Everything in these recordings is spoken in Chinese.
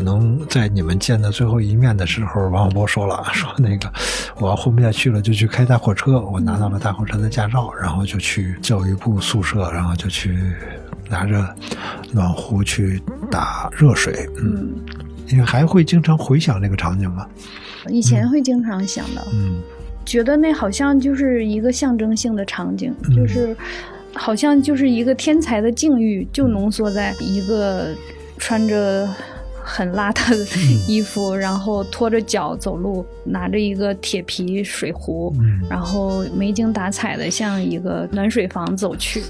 能在你们见的最后一面的时候，王小波说了，说那个我要混不下去了，就去开大货车。我拿到了大货车的驾照，然后就去教育部宿舍，然后就去拿着暖壶去打热水。你还会经常回想这个场景吗？ 以前会经常想到，觉得那好像就是一个象征性的场景，就是好像就是一个天才的境遇，就浓缩在一个穿着很邋遢的衣服，然后拖着脚走路，拿着一个铁皮水壶，然后没精打采的向一个暖水房走去。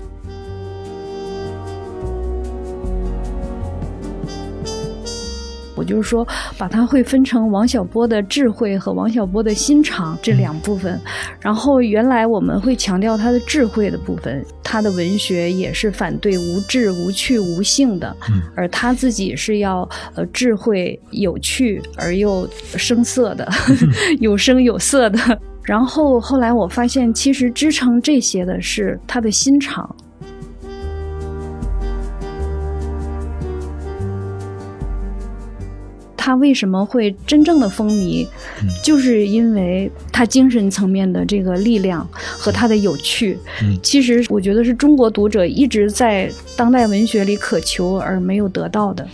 我就是说把它会分成王小波的智慧和王小波的心肠这两部分，然后原来我们会强调他的智慧的部分，他的文学也是反对无智无趣无性的，而他自己是要智慧有趣而又声色的有声有色的。然后后来我发现其实支撑这些的是他的心肠。他为什么会真正的风靡，就是因为他精神层面的这个力量和他的有趣。其实我觉得是中国读者一直在当代文学里渴求而没有得到的。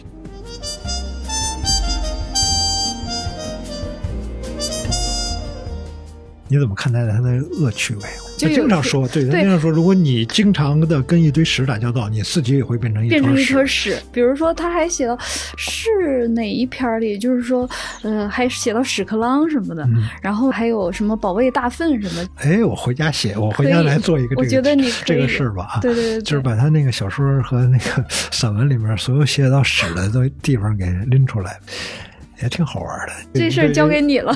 你怎么看待他的恶趣味？他经常说，对，他经常说，如果你经常的跟一堆屎打交道，你自己也会变成一坨屎。 比如说，他还写到是哪一篇里，就是说，还写到屎壳郎什么的，然后还有什么保卫大粪什么。 哎，我回家写，我回家来做一个我觉得你这个事儿吧， 对对对， 就是把他那个小说和那个散文里面所有写到屎的地方给拎出来，也挺好玩的。 这事儿交给你了。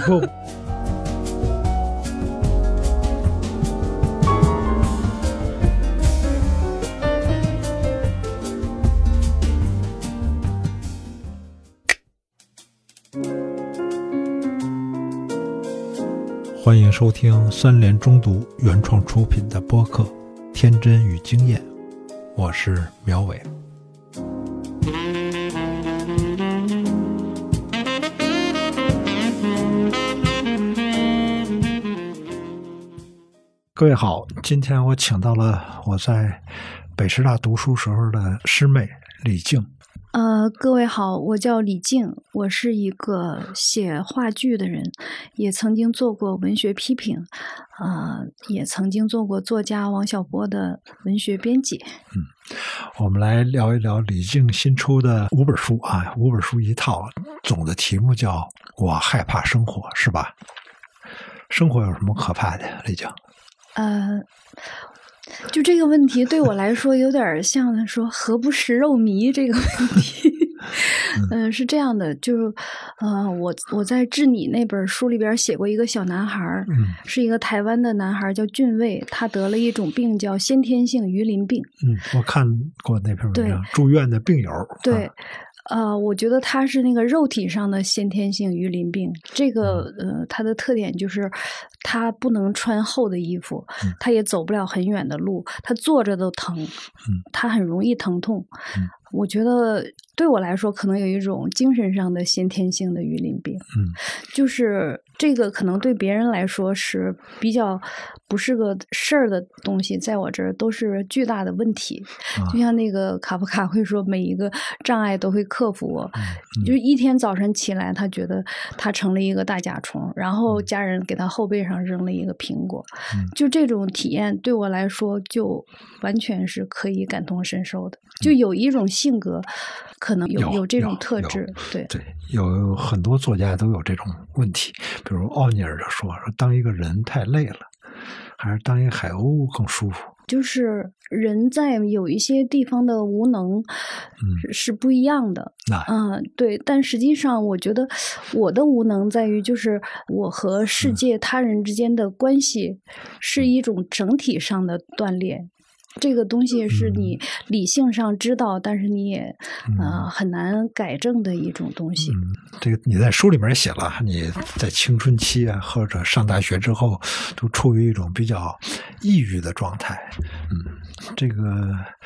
欢迎收听三联中读原创出品的播客《天真与经验》，我是苗伟。各位好，今天我请到了我在北师大读书时候的师妹李静。 各位好，我叫李静，我是一个写话剧的人，也曾经做过文学批评，也曾经做过作家王小波的文学编辑。 我们来聊一聊李静新出的5本书啊，5本书一套，总的题目叫《我害怕生活》，是吧？生活有什么可怕的，李静？ 就这个问题对我来说有点像说何不食肉糜这个问题。是这样的，就是我在治你那本书里边写过一个小男孩，是一个台湾的男孩叫俊卫，他得了一种病叫先天性鱼鳞病。 我看过那篇文章，住院的病友。 对。我觉得他是那个肉体上的先天性鱼鳞病，这个他的特点就是他不能穿厚的衣服，他也走不了很远的路，他坐着都疼，他很容易疼痛。我觉得对我来说可能有一种精神上的先天性的鱼鳞病，就是这个可能对别人来说是比较不是个事儿的东西，在我这儿都是巨大的问题。就像那个卡夫卡会说，每一个障碍都会克服我。就一天早晨起来，他觉得他成了一个大甲虫，然后家人给他后背上扔了一个苹果，就这种体验对我来说就完全是可以感同身受的。就有一种性格可能有这种特质。对， 有很多作家都有这种问题，比如奥尼尔就说当一个人太累了，还是当一个海鸥更舒服。 就是人在有一些地方的无能是不一样的。对，但实际上我觉得我的无能在于就是我和世界他人之间的关系是一种整体上的锻炼。这个东西是你理性上知道，但是你也很难改正的一种东西。 这个你在书里面写了，你在青春期啊，或者上大学之后，都处于一种比较抑郁的状态。这个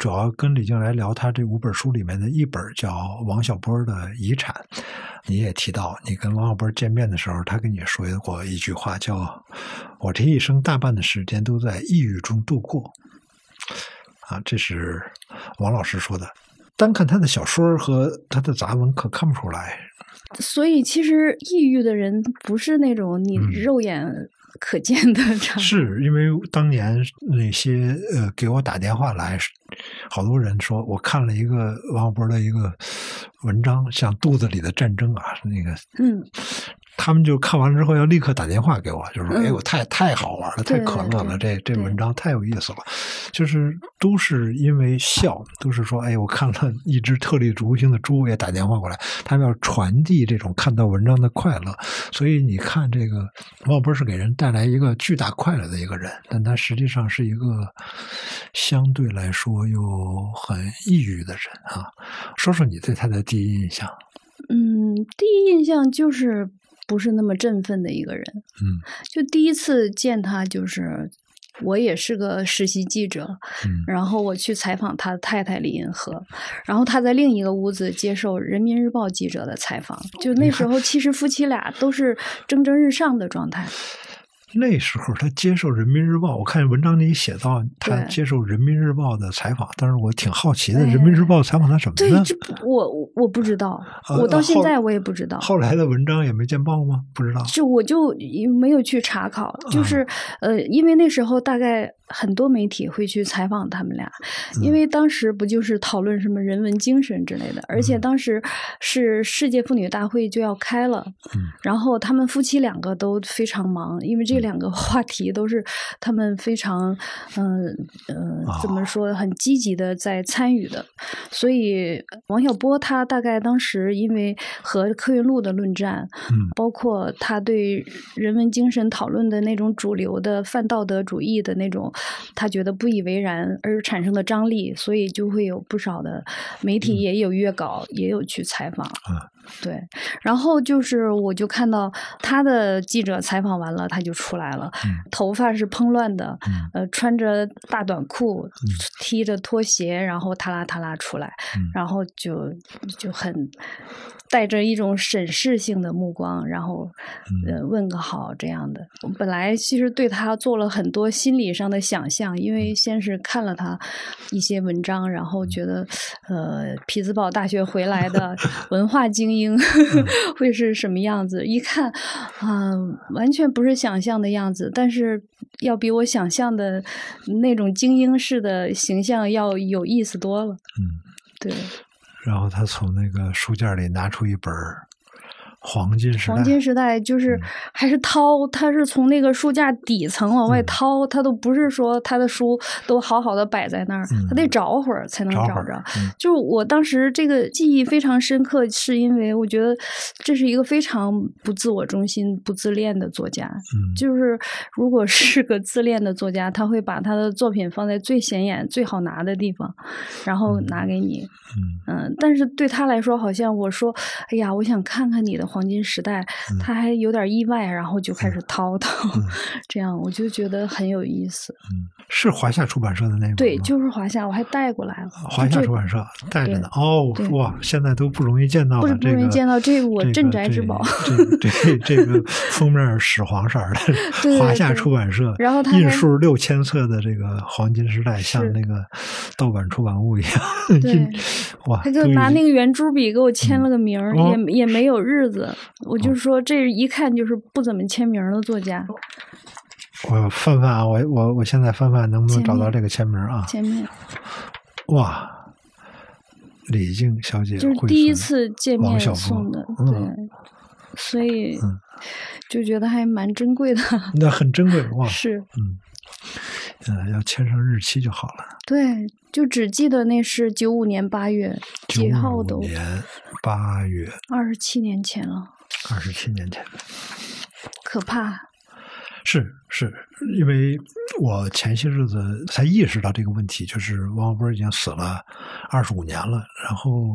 主要跟李静来聊他这5本书里面的一本叫王小波的遗产。你也提到你跟王小波见面的时候，他跟你说过一句话，叫我这一生大半的时间都在抑郁中度过。这是王老师说的。单看他的小说和他的杂文可看不出来。 所以其实抑郁的人不是那种你肉眼可见的是因为当年那些给我打电话来，好多人说我看了一个王小波的一个文章，像肚子里的战争啊，那个他们就看完了之后要立刻打电话给我，就是说哎，我太好玩了，太可乐了，这文章太有意思了。就是都是因为笑，都是说哎，我看了一只特立独行的猪也打电话过来，他们要传递这种看到文章的快乐。所以你看这个王小波是给人带来一个巨大快乐的一个人，但他实际上是一个相对来说又很抑郁的人啊。说说你对他的第一印象。 第一印象就是不是那么振奋的一个人。就第一次见他，就是我也是个实习记者，然后我去采访他的太太李银河，然后他在另一个屋子接受人民日报记者的采访。就那时候其实夫妻俩都是蒸蒸日上的状态。 那时候他接受人民日报，我看文章里写到他接受人民日报的采访，但是我挺好奇的，人民日报采访他什么呢？ 对，我不知道，我到现在我也不知道。 后来的文章也没见报吗？不知道。 我就没有去查考，就是因为那时候大概很多媒体会去采访他们俩，因为当时不就是讨论什么人文精神之类的，而且当时是世界妇女大会就要开了，然后他们夫妻两个都非常忙，因为这两个话题都是他们非常怎么说很积极的在参与的。所以王小波他大概当时因为和柯云路的论战，包括他对人文精神讨论的那种主流的泛道德主义的那种他觉得不以为然而产生的张力，所以就会有不少的媒体也有约稿，也有去采访。对，然后就是我就看到他的记者采访完了，他就出来了，头发是蓬乱的，穿着大短裤，踢着拖鞋，然后踏拉踏拉出来，然后就很带着一种审视性的目光，然后问个好这样的。我本来其实对他做了很多心理上的想象，因为先是看了他一些文章，然后觉得匹兹堡大学回来的文化精英会是什么样子，一看完全不是想象的样子，但是要比我想象的那种精英式的形象要有意思多了。对。 然后他从那个书架里拿出一本黄金时代。 黄金时代就是还是掏，他是从那个书架底层往外掏，他都不是说他的书都好好的摆在那儿，他得找会儿才能找着。就是我当时这个记忆非常深刻，是因为我觉得这是一个非常不自我中心、不自恋的作家。就是如果是个自恋的作家，他会把他的作品放在最显眼、最好拿的地方，然后拿给你。但是对他来说，好像我说，哎呀，我想看看你的黄金时代，他还有点意外，然后就开始掏，这样我就觉得很有意思。 是华夏出版社的那本吗？ 对，就是华夏，我还带过来了。 华夏出版社带着呢。哇，现在都不容易见到了， 不容易见到这个我镇宅之宝。 这个封面屎黄色的华夏出版社， 然后印数6000册的这个黄金时代，像那个盗版出版物一样。哇， 他就拿那个圆珠笔给我签了个名，也没有日子。我就说这一看就是不怎么签名的作家。 我翻翻啊，我现在翻翻能不能找到这个签名啊？ 签名。 哇，李静小姐就是第一次见面送的，对，所以就觉得还蛮珍贵的。 那很珍贵哇！ 是， 要签上日期就好了。 对，就只记得那是95年8月几号的。95 年8月 ，27年前了。 27年前， 可怕。 是，因为我前些日子才意识到这个问题，就是王小波已经死了25年了，然后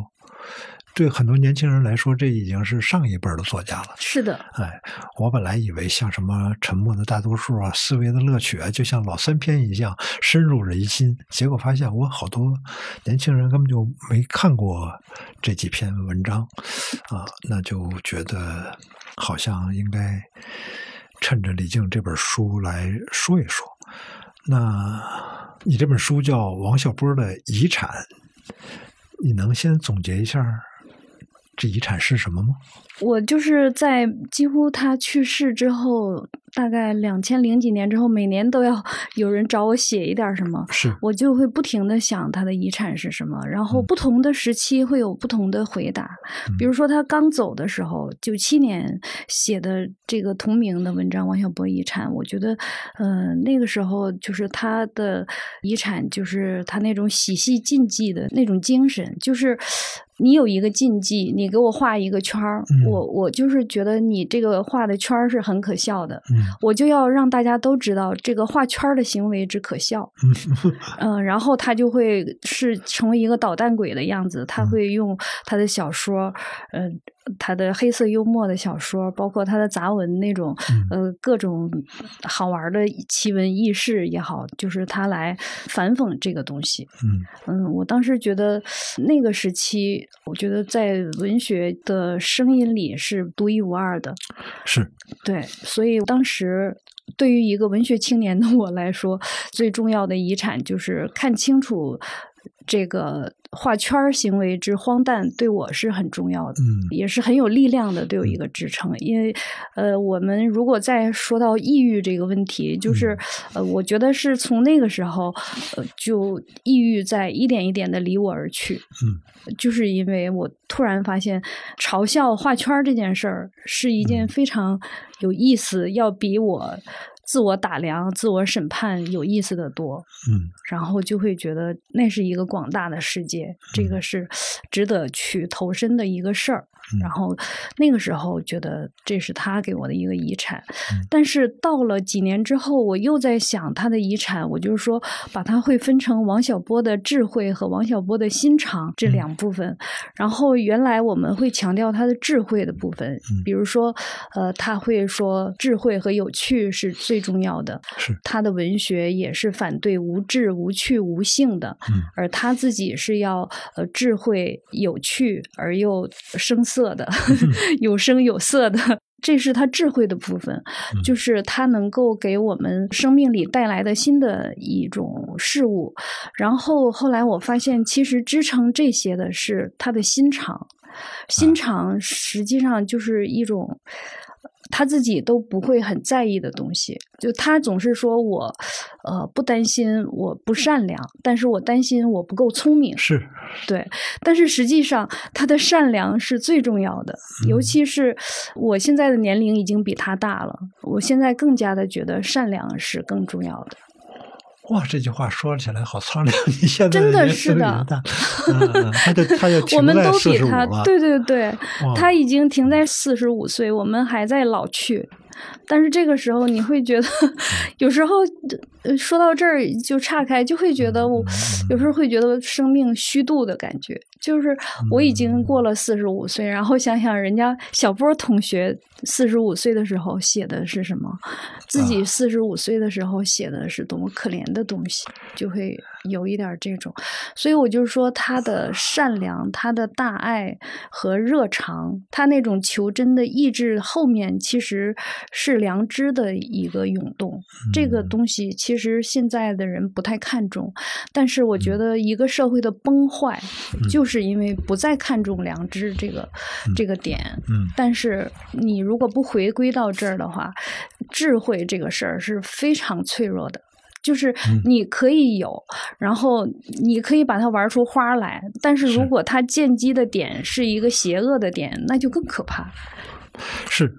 对很多年轻人来说，这已经是上一辈的作家了。 是的， 哎，我本来以为像什么《沉默的大多数》啊、《思维的乐趣》啊，就像老三篇一样深入人心，结果发现我好多年轻人根本就没看过这几篇文章啊，那就觉得好像应该趁着李靖这本书来说一说。那你这本书叫王小波的遗产，你能先总结一下这遗产是什么吗？ 我就是在几乎他去世之后，大概2000几年之后，每年都要有人找我写一点什么， 是我就会不停的想他的遗产是什么，然后不同的时期会有不同的回答。比如说他刚走的时候，97年写的这个同名的文章《王小波遗产》，我觉得，那个时候就是他的遗产，就是他那种洗细禁忌的那种精神，就是你有一个禁忌，你给我画一个圈儿，我就是觉得你这个画的圈儿是很可笑的，我就要让大家都知道这个画圈儿的行为之可笑，然后他就会是成为一个捣蛋鬼的样子，他会用他的小说，他的黑色幽默的小说，包括他的杂文那种，各种好玩的奇闻异事也好，就是他来反讽这个东西。我当时觉得那个时期，我觉得在文学的声音里是独一无二的。 是， 对，所以当时对于一个文学青年的我来说，最重要的遗产就是看清楚这个画圈行为之荒诞，对我是很重要的，也是很有力量的，对我一个支撑。因为我们如果再说到抑郁这个问题，就是我觉得是从那个时候就抑郁在一点一点的离我而去。就是因为我突然发现嘲笑画圈这件事儿是一件非常有意思，要比我自我打量、自我审判有意思的多。然后就会觉得那是一个广大的世界，这个是值得去投身的一个事儿。然后那个时候觉得这是他给我的一个遗产，但是到了几年之后，我又在想他的遗产，我就是说把它会分成王小波的智慧和王小波的心肠这两部分。然后原来我们会强调他的智慧的部分，比如说他会说智慧和有趣是最重要的，他的文学也是反对无智无趣无性的，而他自己是要智慧有趣而又声色的有声有色的，这是他智慧的部分，就是他能够给我们生命里带来的新的一种事物。然后后来我发现其实支撑这些的是他的心肠，心肠实际上就是一种他自己都不会很在意的东西，就他总是说我不担心我不善良，但是我担心我不够聪明。 是， 对，但是实际上他的善良是最重要的，尤其是我现在的年龄已经比他大了，我现在更加的觉得善良是更重要的。 哇，这句话说起来好苍凉！你现在真的是的， 他就停我们都比他， 对对对，他已经停在45岁，我们还在老去。但是这个时候你会觉得，有时候说到这儿就岔开，就会觉得我有时候会觉得生命虚度的感觉。就是我已经过了45岁，然后想想人家小波同学45岁的时候写的是什么，自己45岁的时候写的是多么可怜的东西，就会有一点这种。所以我就说他的善良，他的大爱和热肠，他那种求真的意志后面其实是良知的一个涌动。这个东西其实现在的人不太看重，但是我觉得一个社会的崩坏就是因为不再看重良知这个点。但是你如果不回归到这儿的话，智慧这个事儿是非常脆弱的，就是你可以有，然后你可以把它玩出花来，但是如果它建基的点是一个邪恶的点，那就更可怕。 是，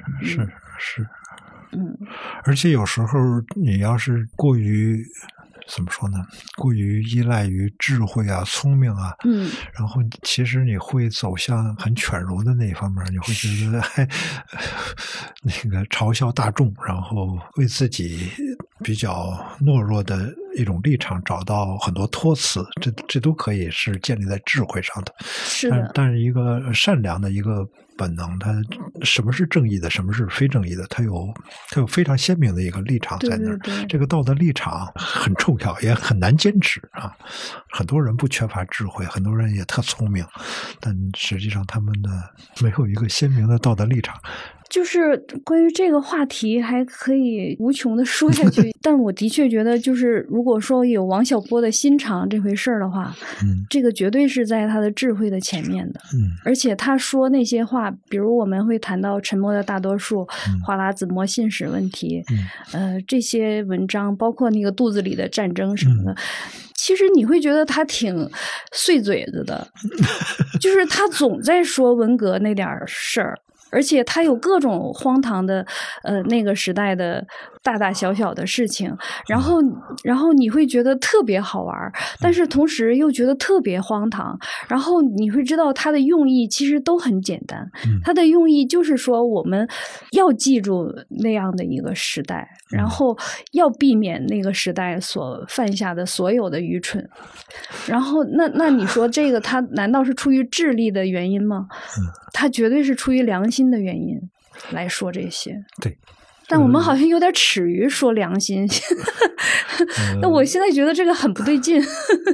而且有时候你要是过于怎么说呢？过于依赖于智慧啊、聪明啊，然后其实你会走向很犬儒的那一方面，你会觉得那个嘲笑大众，然后为自己比较懦弱的一种立场找到很多托词，这都可以是建立在智慧上的。 是的， 但是一个善良的一个本能，它什么是正义的，什么是非正义的，它有非常鲜明的一个立场在那儿。 对对对， 这个道德立场很重要，也很难坚持啊。很多人不缺乏智慧，很多人也特聪明，但实际上他们的没有一个鲜明的道德立场。 就是关于这个话题还可以无穷的说下去，但我的确觉得，就是如果说有王小波的心肠这回事儿的话，这个绝对是在他的智慧的前面的。而且他说那些话，比如我们会谈到《沉默的大多数》、华拉子模信使问题，这些文章，包括那个肚子里的战争什么的。其实你会觉得他挺碎嘴子的，就是他总在说文革那点事儿。而且他有各种荒唐的，那个时代的大大小小的事情，然后你会觉得特别好玩，但是同时又觉得特别荒唐，然后你会知道他的用意其实都很简单，他的用意就是说我们要记住那样的一个时代，然后要避免那个时代所犯下的所有的愚蠢，然后那你说这个他难道是出于智力的原因吗？他绝对是出于良心的原因来说这些。 对， 但我们好像有点耻于说良心。那我现在觉得这个很不对劲。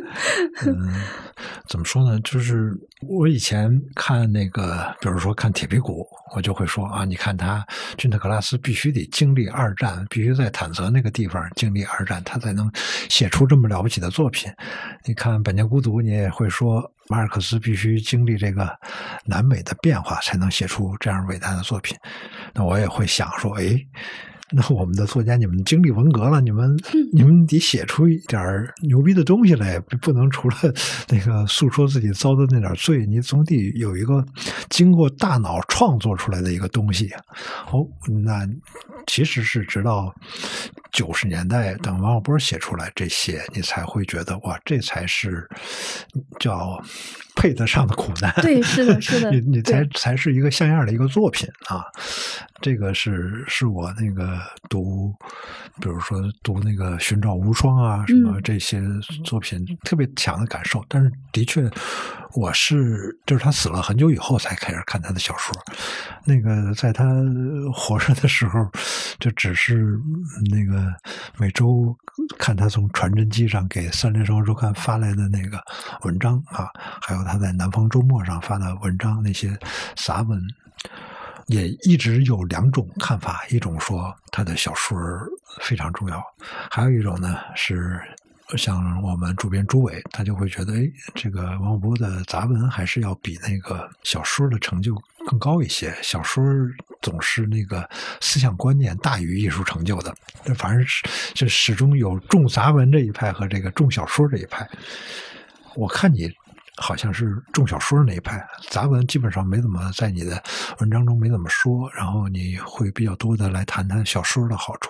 怎么说呢？就是我以前看那个，比如说看铁皮鼓，我就会说啊，你看他君特·格拉斯必须得经历二战，必须在坦泽那个地方经历二战，他才能写出这么了不起的作品。你看《百年孤独》，你也会说马尔克斯必须经历这个南北的变化，才能写出这样伟大的作品。那我也会想说，哎，那我们的作家，你们经历文革了，你们得写出一点牛逼的东西来，不能除了那个诉说自己遭的那点罪，你总得有一个经过大脑创作出来的一个东西。那其实是直到90年代，等王小波写出来这些，你才会觉得哇，这才是叫配得上的苦难。 对，是的，是的， 你才是一个像样的一个作品啊。这个是我那个比如说读那个《寻找无双》啊，什么这些作品特别强的感受。但是的确，就是他死了很久以后才开始看他的小说。那个在他活着的时候，就只是那个每周看他从传真机上给《三联生活周刊》发来的那个文章啊，还有他在《南方周末》上发的文章，那些杂文。也一直有两种看法，一种说他的小说非常重要，还有一种呢是像我们主编朱伟，他就会觉得，这个王小波的杂文还是要比那个小说的成就更高一些。小说总是那个思想观念大于艺术成就的，反正就始终有重杂文这一派和这个重小说这一派。我看你好像是重小说那一派，杂文基本上没怎么在你的文章中没怎么说，然后你会比较多的来谈谈小说的好处。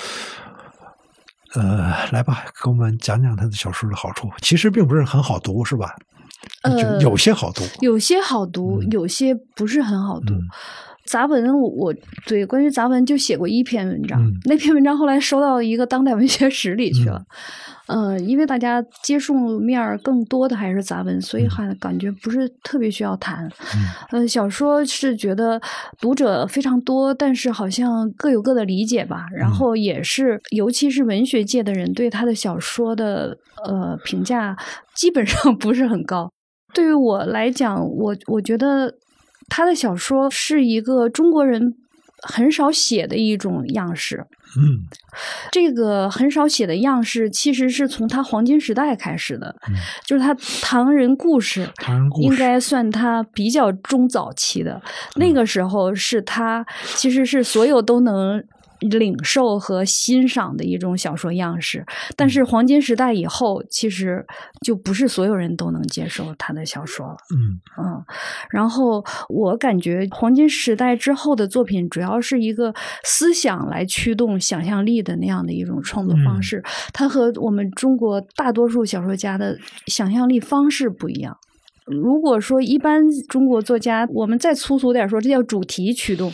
来吧，给我们讲讲他的小说的好处。其实并不是很好读，是吧？有些好读， 有些好读，有些不是很好读。杂文我对关于杂文就写过一篇文章，那篇文章后来收到一个当代文学史里去了。因为大家接触面更多的还是杂文，所以还感觉不是特别需要谈。小说是觉得读者非常多，但是好像各有各的理解吧。然后也是，尤其是文学界的人对他的小说的评价基本上不是很高。对于我来讲，我觉得他的小说是一个中国人很少写的一种样式。这个很少写的样式其实是从他黄金时代开始的，就是他唐人故事应该算他比较中早期的。那个时候是他其实是所有都能领受和欣赏的一种小说样式，但是黄金时代以后其实就不是所有人都能接受他的小说了。然后我感觉黄金时代之后的作品主要是一个思想来驱动想象力的那样的一种创作方式，它和我们中国大多数小说家的想象力方式不一样。如果说一般中国作家，我们再粗俗点说，这叫主题驱动。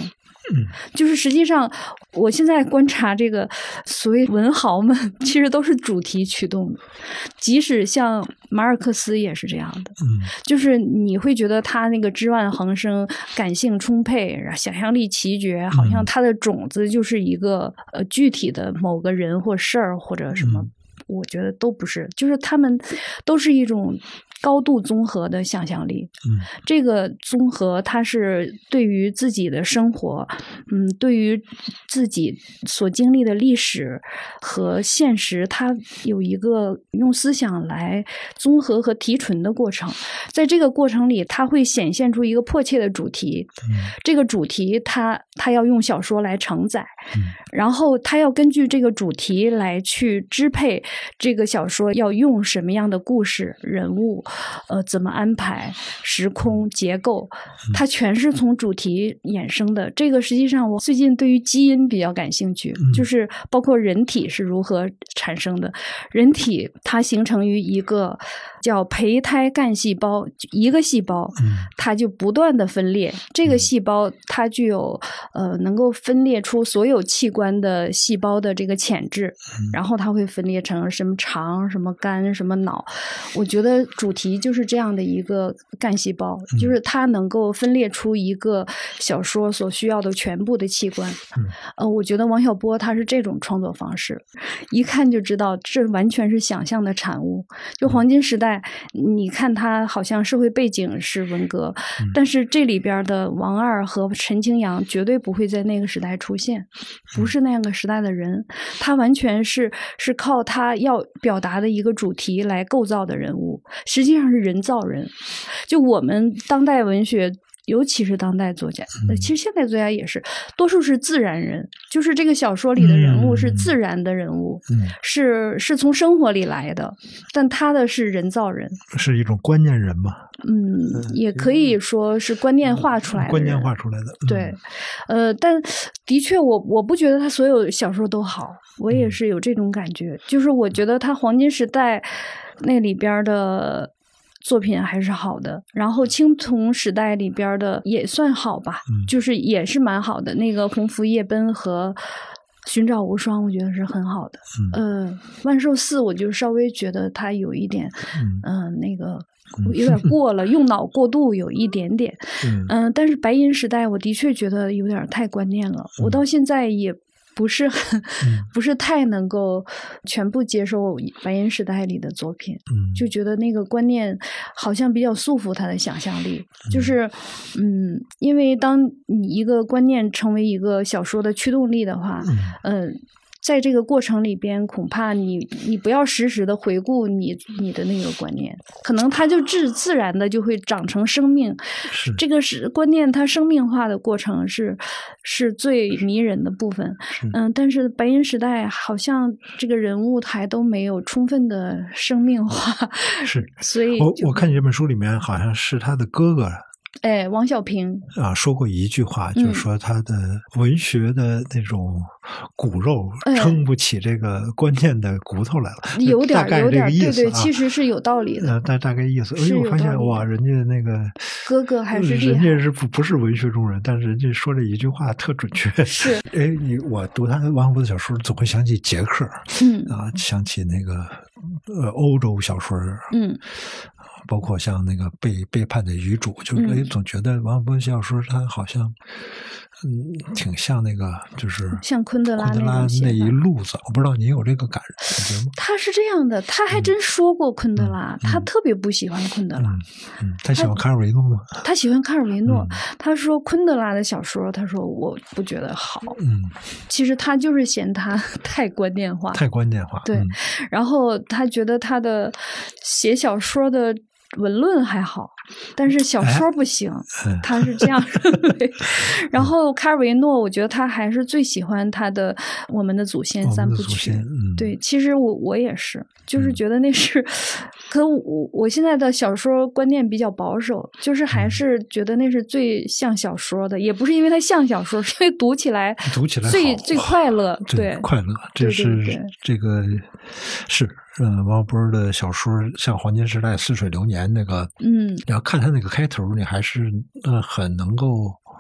就是实际上我现在观察这个所谓文豪们其实都是主题驱动的，即使像马尔克斯也是这样的，就是你会觉得他那个枝蔓横生，感性充沛，想象力奇绝，好像他的种子就是一个具体的某个人或事儿或者什么，我觉得都不是，就是他们都是一种高度综合的想象力。这个综合它是对于自己的生活，对于自己所经历的历史和现实，它有一个用思想来综合和提纯的过程。在这个过程里，它会显现出一个迫切的主题，这个主题它要用小说来承载，然后它要根据这个主题来去支配这个小说要用什么样的故事人物，怎么安排时空结构，它全是从主题衍生的。这个实际上我最近对于基因比较感兴趣，就是包括人体是如何产生的。人体它形成于一个叫胚胎干细胞，一个细胞它就不断的分裂，这个细胞它具有能够分裂出所有器官的细胞的这个潜质，然后它会分裂成什么肠、什么肝、什么脑。我觉得主题就是这样的一个干细胞，就是它能够分裂出一个小说所需要的全部的器官。我觉得王小波他是这种创作方式，一看就知道这完全是想象的产物。就黄金时代，你看他好像社会背景是文革，但是这里边的王二和陈清扬绝对不会在那个时代出现，不是那个时代的人，他完全是靠他要表达的一个主题来构造的人物，实际上是人造人。就我们当代文学，尤其是当代作家，其实现代作家也是，多数是自然人，就是这个小说里的人物是自然的人物，是从生活里来的，但他的是人造人， 是一种观念人嘛？ 也可以说是观念化出来的人， 观念化出来的。 对，但的确我不觉得他所有小说都好，我也是有这种感觉，就是我觉得他黄金时代那里边的作品还是好的，然后青铜时代里边的也算好吧，就是也是蛮好的。那个鸿福夜奔和寻找无双，我觉得是很好的。万寿寺我就稍微觉得它有一点，那个有点过了，用脑过度有一点点。但是白银时代我的确觉得有点太观念了，我到现在也不是太能够全部接受白银时代里的作品，就觉得那个观念好像比较束缚他的想象力，就是因为当你一个观念成为一个小说的驱动力的话，在这个过程里边，恐怕你不要时时的回顾你的那个观念，可能它就自然的就会长成生命。这个是观念，它生命化的过程是最迷人的部分。但是白银时代好像这个人物还都没有充分的生命化。 是， 所以我看你这本书里面好像是他的哥哥。 王小平说过一句话，就是说他的文学的那种骨肉撑不起这个观念的骨头来了， 有点对，其实是有道理的。 大概意思。我发现哇，人家那个哥哥还是厉害， 人家是不是文学中人，但是人家说这一句话特准确。 是， 我读他王小波的小说，总会想起捷克，想起那个欧洲小说，包括像那个背叛的遗嘱，就总觉得王小波小说他好像挺像那个，就是像昆德拉那一路子。我不知道你有这个感觉吗？ 他是这样的，他还真说过昆德拉，他特别不喜欢昆德拉。 他喜欢卡尔维诺吗？ 他喜欢卡尔维诺。他说昆德拉的小说，他说我不觉得好。其实他就是嫌他太观念化。对，然后他觉得他的写小说的文论还好，但是小说不行，他是这样认为。然后卡尔维诺，我觉得他还是最喜欢他的《我们的祖先》三部曲。对，其实我也是，就是觉得那是，可我现在的小说观念比较保守，就是还是觉得那是最像小说的，也不是因为它像小说，是因为读起来最快乐，对， 快乐，这是这个是。王小波的小说像《黄金时代》《似水流年》那个，你要看他那个开头，你还是很能够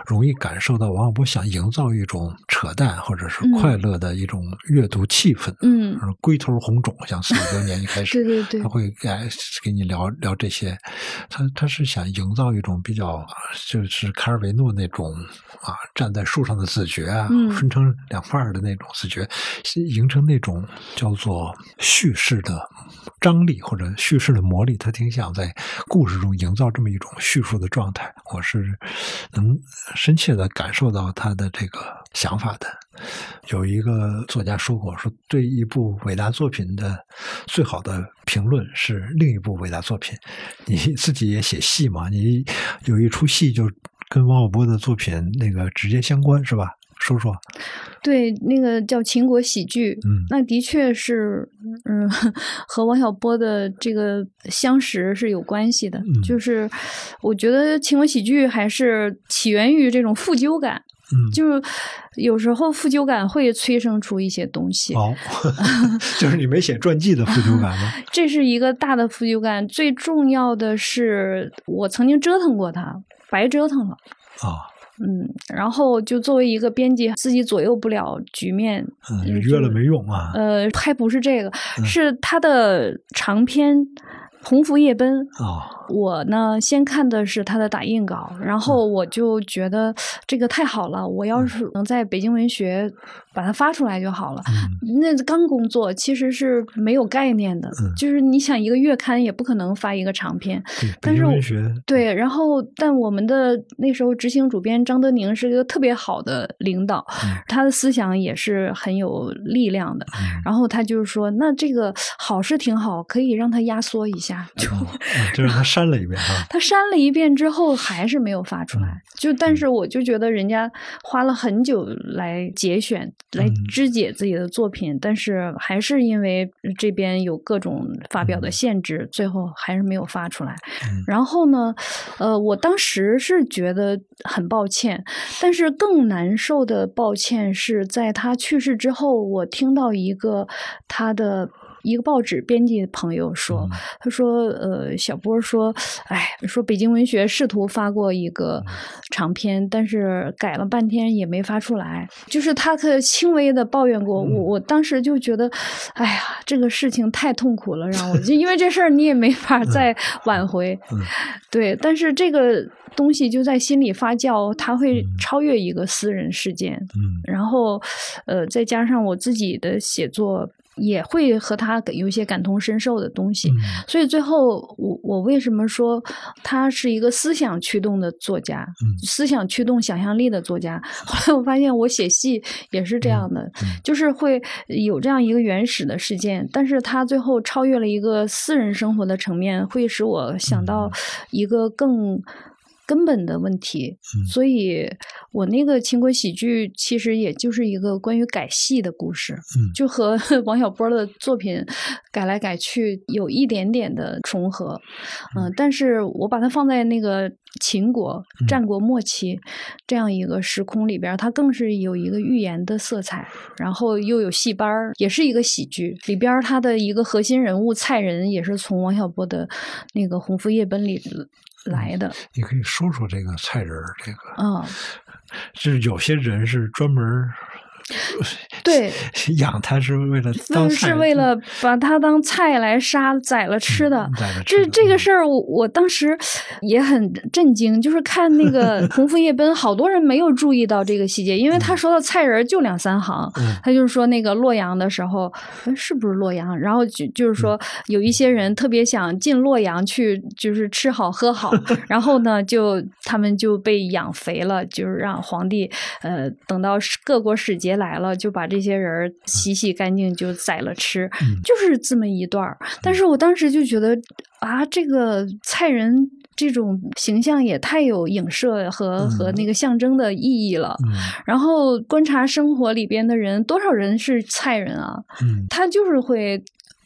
容易感受到王小波想营造一种扯淡或者是快乐的一种阅读气氛。龟头红肿，像49年一开始， 对对对， 他会给你聊聊这些，他是想营造一种比较，就是卡尔维诺那种站在树上的子爵分成两半的那种子爵，形成那种叫做叙事的张力或者叙事的魔力，他挺想在故事中营造这么一种叙述的状态。我是能深切的感受到他的这个想法的。有一个作家说过，说对一部伟大作品的最好的评论是另一部伟大作品。你自己也写戏嘛，你有一出戏就跟王小波的作品那个直接相关，是吧？说说。 对，那个叫秦国喜剧，那的确是，和王小波的这个相识是有关系的。就是我觉得秦国喜剧还是起源于这种负疚感。就是有时候负疚感会催生出一些东西。 就是你没写传记的负疚感吗？ 这是一个大的负疚感。最重要的是，我曾经折腾过他，白折腾了。然后就作为一个编辑，自己左右不了局面。 约了没用啊。 还不是这个，是他的长篇《鸿福夜奔》。我呢先看的是他的打印稿，然后我就觉得这个太好了，我要是能在北京文学把它发出来就好了。那刚工作其实是没有概念的，就是你想一个月刊也不可能发一个长篇。但是对，然后但我们的那时候执行主编张德宁是一个特别好的领导，他的思想也是很有力量的。然后他就是说，那这个好是挺好，可以让他压缩一下。 就让他删了一遍他删了一遍之后还是没有发出来。但是我就觉得人家花了很久来节选，来肢解自己的作品，但是还是因为这边有各种发表的限制，最后还是没有发出来。然后呢，我当时是觉得很抱歉，但是更难受的抱歉是在他去世之后，我听到他的一个报纸编辑朋友说，他说小波说，说北京文学试图发过一个长篇，但是改了半天也没发出来，就是他可轻微的抱怨过。我当时就觉得，这个事情太痛苦了，让我就因为这事儿你也没法再挽回。对，但是这个东西就在心里发酵，它会超越一个私人事件。然后再加上我自己的写作也会和他有一些感同身受的东西。所以最后我为什么说他是一个思想驱动的作家，思想驱动想象力的作家。后来我发现我写戏也是这样的，就是会有这样一个原始的事件，但是他最后超越了一个私人生活的层面，会使我想到一个更根本的问题。所以我那个秦国喜剧其实也就是一个关于改戏的故事，就和王小波的作品改来改去有一点点的重合。但是我把它放在那个秦国战国末期这样一个时空里边，它更是有一个寓言的色彩，然后又有戏班，也是一个喜剧里边，它的一个核心人物蔡仁也是从王小波的那个《鸿福夜奔》里来的。 你可以说说这个蔡仁这个。就是有些人是专门对养它是为了当菜， 是为了把它当菜来杀宰了吃的。这个事儿我当时也很震惊，就是看那个《鸿福夜奔》好多人没有注意到这个细节，因为他说到菜人就2-3行，他就是说那个洛阳的时候，是不是洛阳？然后就是说有一些人特别想进洛阳去，就是吃好喝好，然后呢他们就被养肥了，就是让皇帝等到各国使节来了，就把这些人洗干净就宰了吃，就是这么一段。但是我当时就觉得这个蔡仁这种形象也太有影射和那个象征的意义了。然后观察生活里边的人，多少人是蔡仁啊？他就是会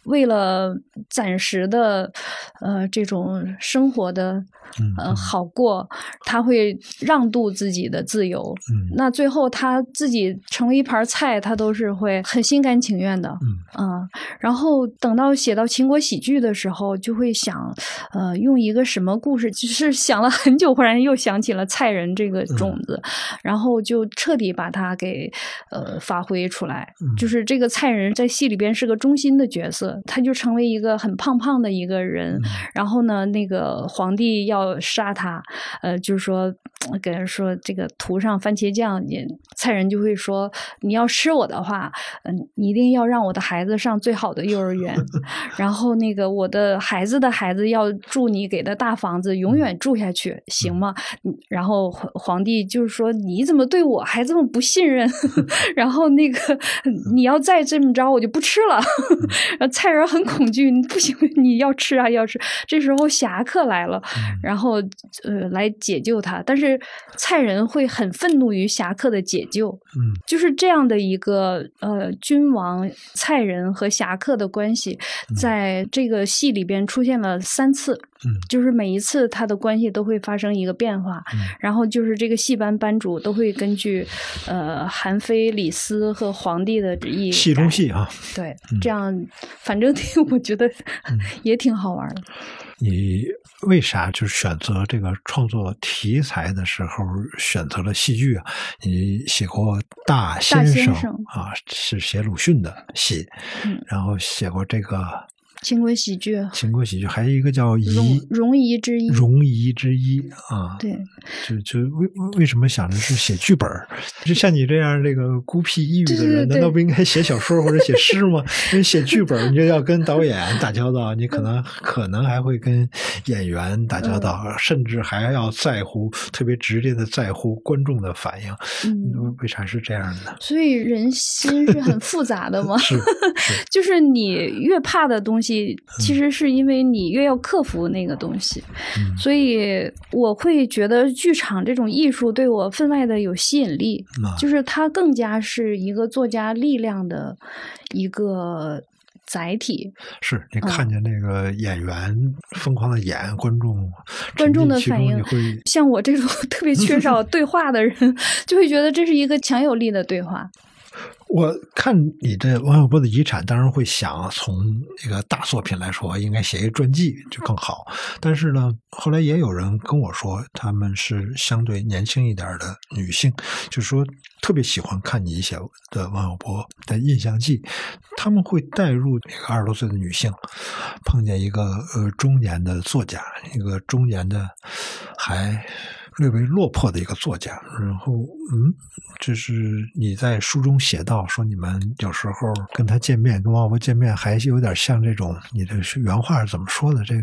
为了暂时的这种生活的好过，他会让渡自己的自由。那最后他自己成为一盘菜，他都是会很心甘情愿的。然后等到写到秦国喜剧的时候，就会想用一个什么故事，就是想了很久，忽然又想起了菜人这个种子，然后就彻底把它给发挥出来。就是这个菜人在戏里边是个中心的角色，他就成为一个很胖胖的一个人。然后呢，那个皇帝要杀他，就是说跟人说这个涂上番茄酱，菜人就会说你要吃我的话，你一定要让我的孩子上最好的幼儿园，然后那个我的孩子的孩子要住你给的大房子，永远住下去，行吗？然后皇帝就是说你怎么对我还这么不信任？然后那个你要再这么着，我就不吃了。然后菜人很恐惧，不行，你要吃啊，要吃。这时候侠客来了，然后来解救他，但是菜人会很愤怒于侠客的解救。就是这样的一个君王、菜人和侠客的关系，在这个戏里边出现了3次。就是每一次他的关系都会发生一个变化，然后就是这个戏班班主都会根据韩非、李斯和皇帝的旨意， 戏中戏啊， 对，这样反正我觉得也挺好玩的。 你为啥就选择这个创作题材的时候选择了戏剧啊？你写过大先生啊，是写鲁迅的戏，然后写过这个秦国喜剧， 还有一个叫容夷之一啊， 对， 就为什么想的是写剧本？就像你这样这个孤僻抑郁的人，难道不应该写小说或者写诗吗？因为写剧本你就要跟导演打交道，你可能还会跟演员打交道，甚至还要特别直接的在乎观众的反应。为啥是这样的？ 所以人心是很复杂的嘛。是就是你越怕的东西，其实是因为你越要克服那个东西。所以我会觉得剧场这种艺术对我分外的有吸引力，就是它更加是一个作家力量的一个载体。是你看见那个演员疯狂的演，观众的反应，像我这种特别缺少对话的人就会觉得这是一个强有力的对话。 我看你的王小波的遗产，当然会想从一个大作品来说，应该写一个传记就更好。但是呢，后来也有人跟我说，他们是相对年轻一点的女性，就是说特别喜欢看你写的王小波的印象记，他们会带入一个20多岁的女性，碰见一个中年的作家，一个中年的还略微落魄的一个作家，然后就是你在书中写到说，你们有时候跟他见面，跟王小波见面，还有点像这种，你的原话是怎么说的？这个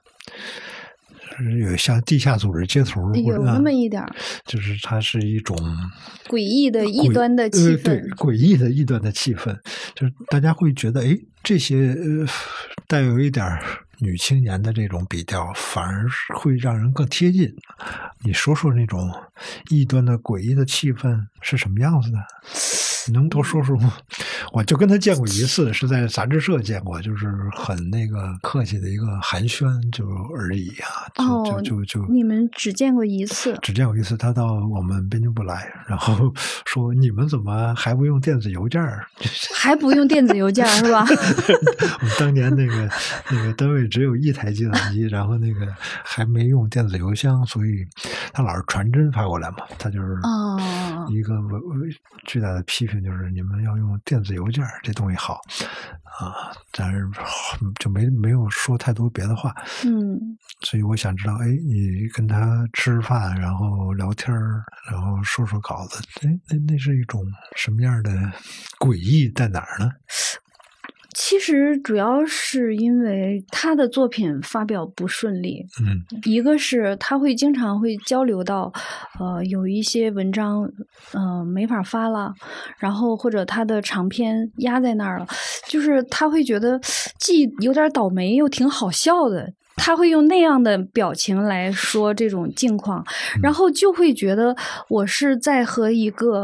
有像地下组织接头， 有那么一点， 就是它是一种诡异的异端的气氛， 对，诡异的异端的气氛，就是大家会觉得，这些带有一点女青年的这种笔调，反而会让人更贴近。你说说那种异端的诡异的气氛是什么样子的？你能多说说吗？我就跟他见过一次，是在杂志社见过，就是很那个客气的一个寒暄就而已啊。就你们只见过一次？ 只见过一次，他到我们编辑部来，然后说你们怎么还不用电子邮件？ 还不用电子邮件是吧？ 我们当年那个单位只有1台计算机，然后那个还没用电子邮箱，所以他老是传真发过来嘛。他就是一个巨大的批评，就是你们要用电子邮件，这东西好啊。但是就没有说太多别的话。所以我想知道，你跟他吃饭，然后聊天，然后说说稿子，那是一种什么样的诡异在哪儿呢？ 其实主要是因为他的作品发表不顺利，一个是他会经常会交流到，有一些文章，没法发了，然后或者他的长篇压在那儿了，就是他会觉得既有点倒霉又挺好笑的。他会用那样的表情来说这种境况，然后就会觉得我是在和一个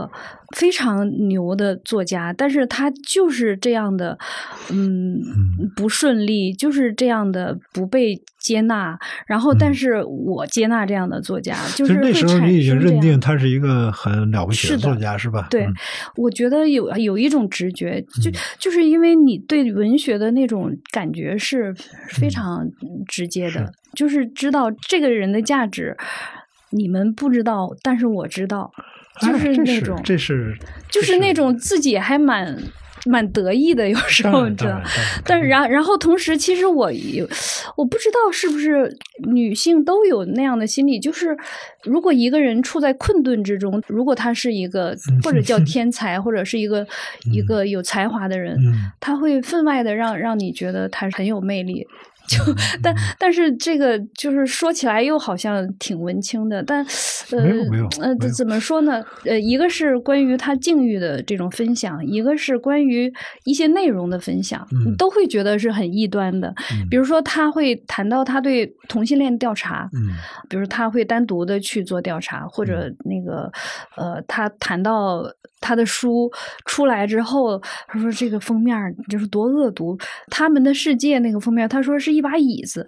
非常牛的作家，但是他就是这样的，不顺利，就是这样的不被接纳。然后，但是我接纳这样的作家，就是那时候你已经认定他是一个很了不起的作家，是吧？ 对，我觉得有一种直觉，就是因为你对文学的那种感觉是非常直接的，就是知道这个人的价值。你们不知道，但是我知道，就是那种，就是那种自己还蛮得意的，有时候你知道。但是然后同时，其实我不知道是不是女性都有那样的心理，就是如果一个人处在困顿之中，如果他是一个或者叫天才，或者是一个有才华的人，他会分外的让你觉得他很有魅力。但是这个就是说起来又好像挺文青的，但没有怎么说呢？一个是关于他境遇的这种分享，一个是关于一些内容的分享，你都会觉得是很异端的。比如说他会谈到他对同性恋调查，比如他会单独的去做调查，或者那个他谈到他的书出来之后，他说这个封面就是多恶毒，他们的世界那个封面，他说是一把椅子，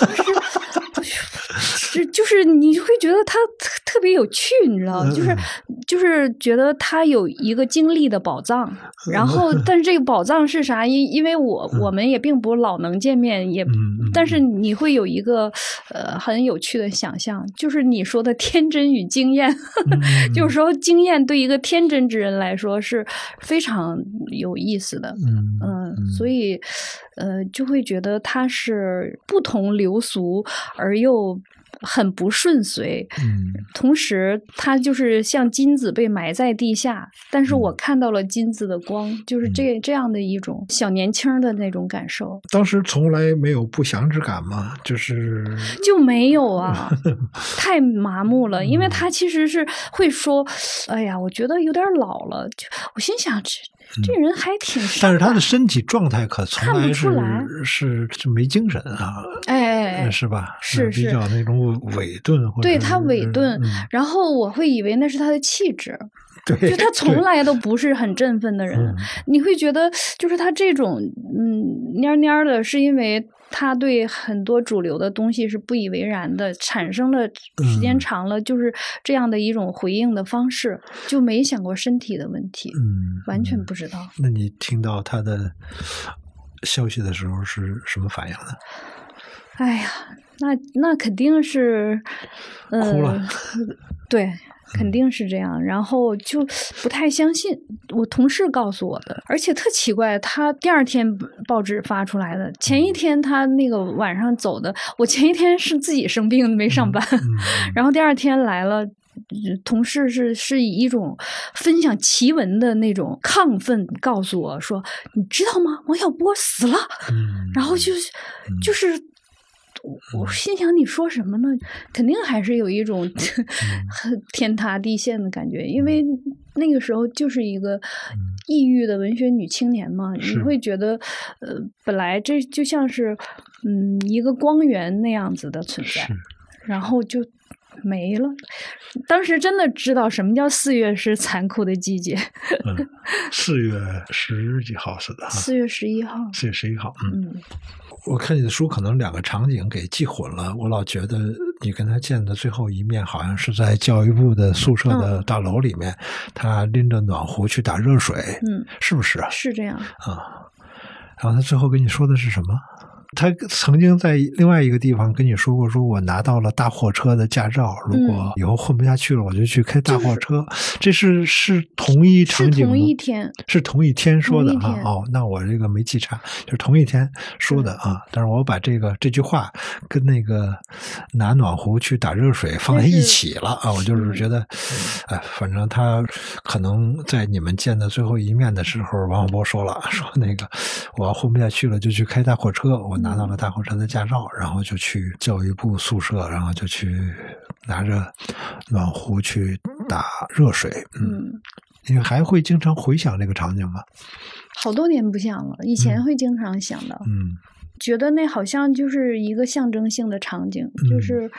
就是你会觉得他特别有趣，你知道，就是觉得他有一个经历的宝藏，然后但是这个宝藏是啥？因为我们也并不老能见面，也但是你会有一个很有趣的想象，就是你说的天真与经验，就是说经验对一个天真之人来说是非常有意思的，所以就会觉得他是不同流俗而又很不顺遂，同时他就是像金子被埋在地下，但是我看到了金子的光，就是这样的一种小年轻的那种感受。 当时从来没有不祥之感吗？就没有啊，太麻木了，因为他其实是会说，哎呀，我觉得有点老了，我心想这人还挺， 但是他的身体状态可从来是没精神啊，是吧？ 是比较那种萎顿， 对他萎顿，然后我会以为那是他的气质。就他从来都不是很振奋的人，你会觉得就是他这种蔫蔫的，是因为他对很多主流的东西是不以为然的，产生了时间长了就是这样的一种回应的方式，就没想过身体的问题，完全不知道。 那你听到他的消息的时候是什么反应呢？ 哎呀，那肯定是哭了， 对。肯定是这样，然后就不太相信，我同事告诉我的，而且特奇怪，他第二天报纸发出来的，前一天他那个晚上走的，我前一天是自己生病没上班，然后第二天来了，同事是以一种分享奇闻的那种亢奋告诉我说，你知道吗？王小波死了，然后就是我心想你说什么呢？肯定还是有一种天塌地陷的感觉，因为那个时候就是一个抑郁的文学女青年嘛，你会觉得本来这就像是一个光源那样子的存在，然后就没了。当时真的知道什么叫4月是残酷的季节。 4月10几号是的 ，4月11号。 4月11号，我看你的书可能2个场景给记混了，我老觉得你跟他见的最后一面好像是在教育部的宿舍的大楼里面，他拎着暖壶去打热水，是不是啊？ 是这样啊。然后他最后跟你说的是什么？他曾经在另外一个地方跟你说过，说我拿到了大货车的驾照，如果以后混不下去了，我就去开大货车。这是同一场景吗？ 是同一天， 是同一天说的啊。哦，那我这个没记差，就是同一天说的啊。但是我把这句话跟那个拿暖壶去打热水放在一起了啊。我就是觉得，反正他可能在你们见的最后一面的时候，王小波说了，说那个我要混不下去了，就去开大货车。我拿到了大货车的驾照，然后就去教育部宿舍，然后就去拿着暖壶去打热水。你还会经常回想这个场景吗？ 好多年不想了，以前会经常想的。觉得那好像就是一个象征性的场景，就是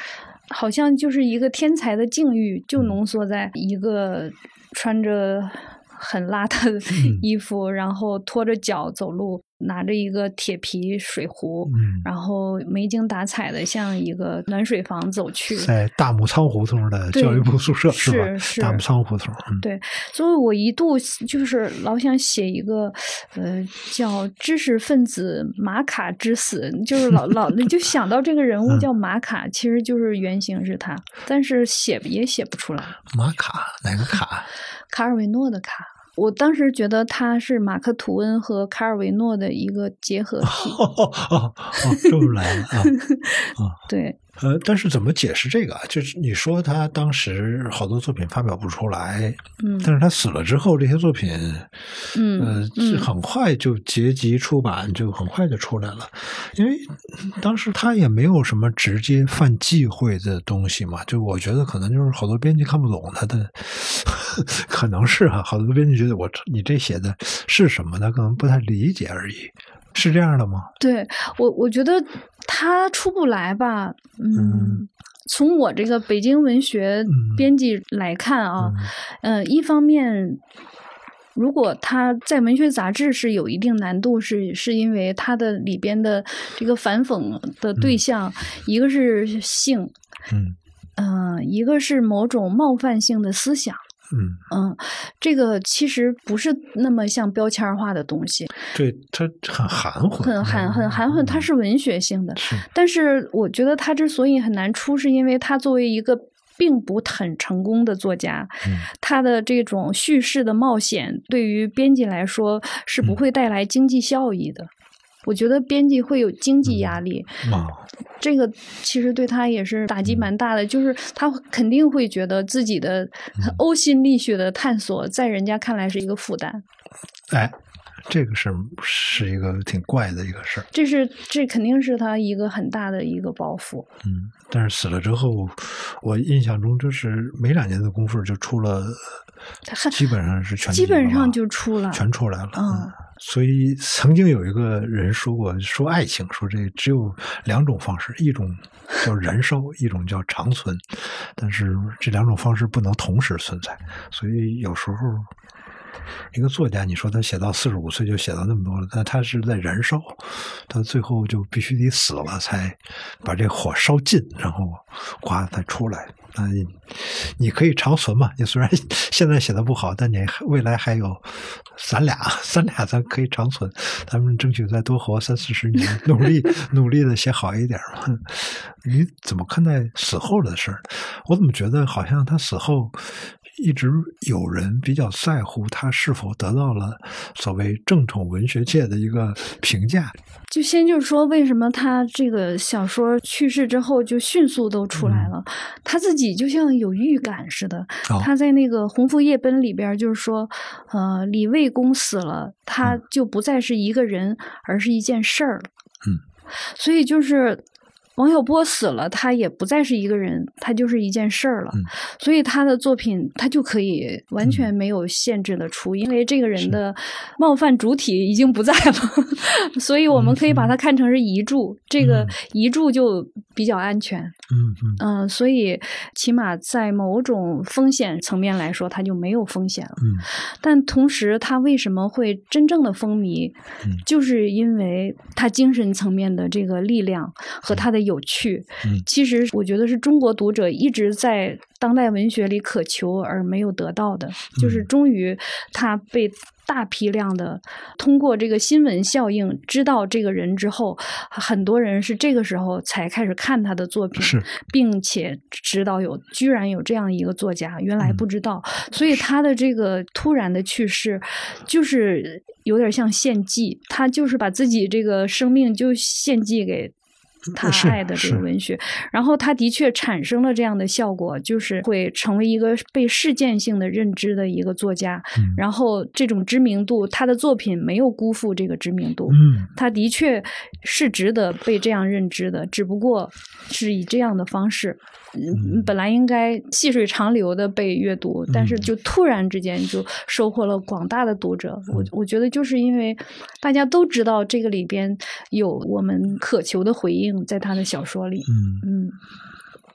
好像就是一个天才的境遇，就浓缩在一个穿着很邋遢的衣服，然后拖着脚走路，拿着一个铁皮水壶，然后没精打采的向一个暖水房走去， 在大木仓胡同的教育部宿舍是吧？ 是大木仓胡同。 对，所以我一度就是老想写一个叫知识分子马卡之死，就是老就想到这个人物叫马卡，其实就是原型是他，但是也写不出来。 马卡哪个卡？ 卡尔维诺的卡。我当时觉得他是马克吐温和卡尔维诺的一个结合体。 这么来了啊！ 对。 但是怎么解释这个？就是你说他当时好多作品发表不出来，但是他死了之后，这些作品，很快就结集出版，就很快就出来了。因为当时他也没有什么直接犯忌讳的东西嘛，就我觉得可能就是好多编辑看不懂他的，可能是好多编辑觉得你这写的是什么，他可能不太理解而已。是这样的吗？ 对，我觉得他出不来吧。从我这个北京文学编辑来看啊，一方面，如果他在文学杂志是有一定难度，是因为他的里边的这个反讽的对象，一个是性，一个是某种冒犯性的思想。这个其实不是那么像标签化的东西， 对，它很含混， 很含混，它是文学性的。但是我觉得它之所以很难出，是因为它作为一个并不很成功的作家，他的这种叙事的冒险对于编辑来说是不会带来经济效益的。我觉得编辑会有经济压力，这个其实对他也是打击蛮大的，就是他肯定会觉得自己的呕心沥血的探索在人家看来是一个负担。 这个是一个挺怪的一个事儿， 这肯定是他一个很大的一个包袱。 但是死了之后，我印象中就是没2年的功夫就出了，基本上是全集了， 基本上就出了， 全出来了。所以曾经有一个人说过，说爱情，说这只有2种方式，一种叫燃烧，一种叫长存，但是这2种方式不能同时存在，所以有时候一个作家，你说他写到45岁就写到那么多了，但他是在燃烧，他最后就必须得死了才把这火烧尽，然后呱再出来。你可以长存嘛，你虽然现在写的不好，但你未来还有咱俩咱可以长存，咱们争取再多活30-40年，努力的写好一点嘛。你怎么看待死后的事儿？我怎么觉得好像他死后一直有人比较在乎他是否得到了所谓正统文学界的一个评价。 就先就是说，为什么他这个小说去世之后就迅速都出来了？他自己就像有预感似的。他在那个《鸿福夜奔》里边就是说，李卫公死了，他就不再是一个人，而是一件事儿了。所以就是王小波死了，他也不再是一个人，他就是一件事儿了。所以他的作品他就可以完全没有限制的出，因为这个人的冒犯主体已经不在了，所以我们可以把它看成是遗著，这个遗著就比较安全。所以起码在某种风险层面来说，它就没有风险了。但同时，它为什么会真正的风靡，就是因为它精神层面的这个力量和它的有趣。其实我觉得是中国读者一直在当代文学里渴求而没有得到的，就是终于它被大批量的通过这个新闻效应知道这个人之后，很多人是这个时候才开始看他的作品，并且知道居然有这样一个作家，原来不知道。所以他的这个突然的去世就是有点像献祭，他就是把自己这个生命就献祭给他爱的这个文学，然后他的确产生了这样的效果，就是会成为一个被事件性的认知的一个作家。然后这种知名度，他的作品没有辜负这个知名度，他的确是值得被这样认知的，只不过是以这样的方式。本来应该细水长流的被阅读，但是就突然之间就收获了广大的读者。我觉得就是因为大家都知道这个里边有我们渴求的回应在他的小说里。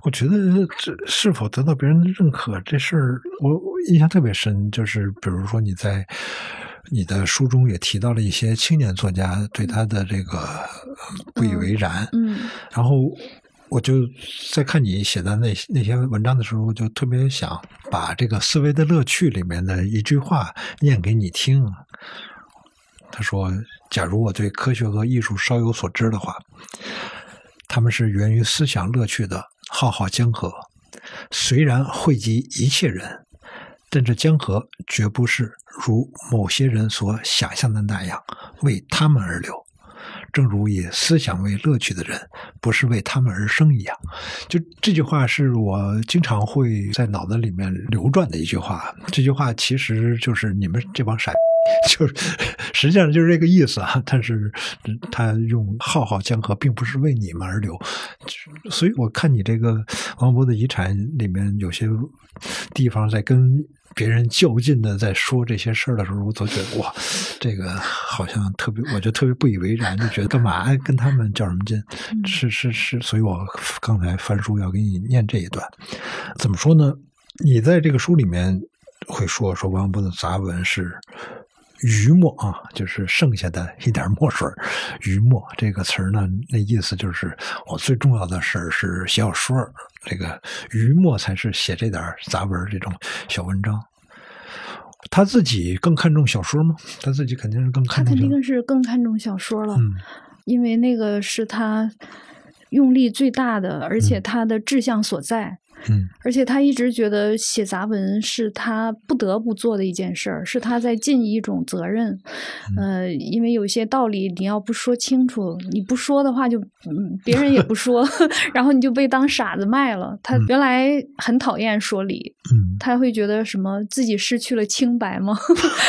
我觉得这是否得到别人的认可这事儿，我印象特别深。就是比如说你在你的书中也提到了一些青年作家对他的这个不以为然，然后我就在看你写的那些文章的时候，就特别想把这个《思维的乐趣》里面的一句话念给你听。他说：假如我对科学和艺术稍有所知的话，他们是源于思想乐趣的浩浩江河，虽然汇集一切人，但这江河绝不是如某些人所想象的那样为他们而流，正如以思想为乐趣的人不是为他们而生一样。就这句话是我经常会在脑子里面流转的一句话。这句话其实就是你们这帮傻逼，就是实际上就是这个意思啊。但是他用浩浩江河并不是为你们而流。所以我看你这个王勃的遗产里面有些地方在跟别人较劲的在说这些事儿的时候，我总觉得哇，这个好像特别，我就特别不以为然，就觉得干嘛跟他们较什么劲？是，所以我刚才翻书要给你念这一段。怎么说呢？你在这个书里面会说王勃的杂文是余墨啊，就是剩下的一点墨水。余墨这个词儿呢，那意思就是我最重要的事儿是写小说，这个余墨才是写这点杂文这种小文章。他自己更看重小说吗？他自己肯定是更看重小说。 他肯定是更看重小说了，因为那个是他用力最大的，而且他的志向所在。而且他一直觉得写杂文是他不得不做的一件事儿，是他在尽一种责任。因为有些道理你要不说清楚，你不说的话就别人也不说，然后你就被当傻子卖了。他原来很讨厌说理，他会觉得什么自己失去了清白吗？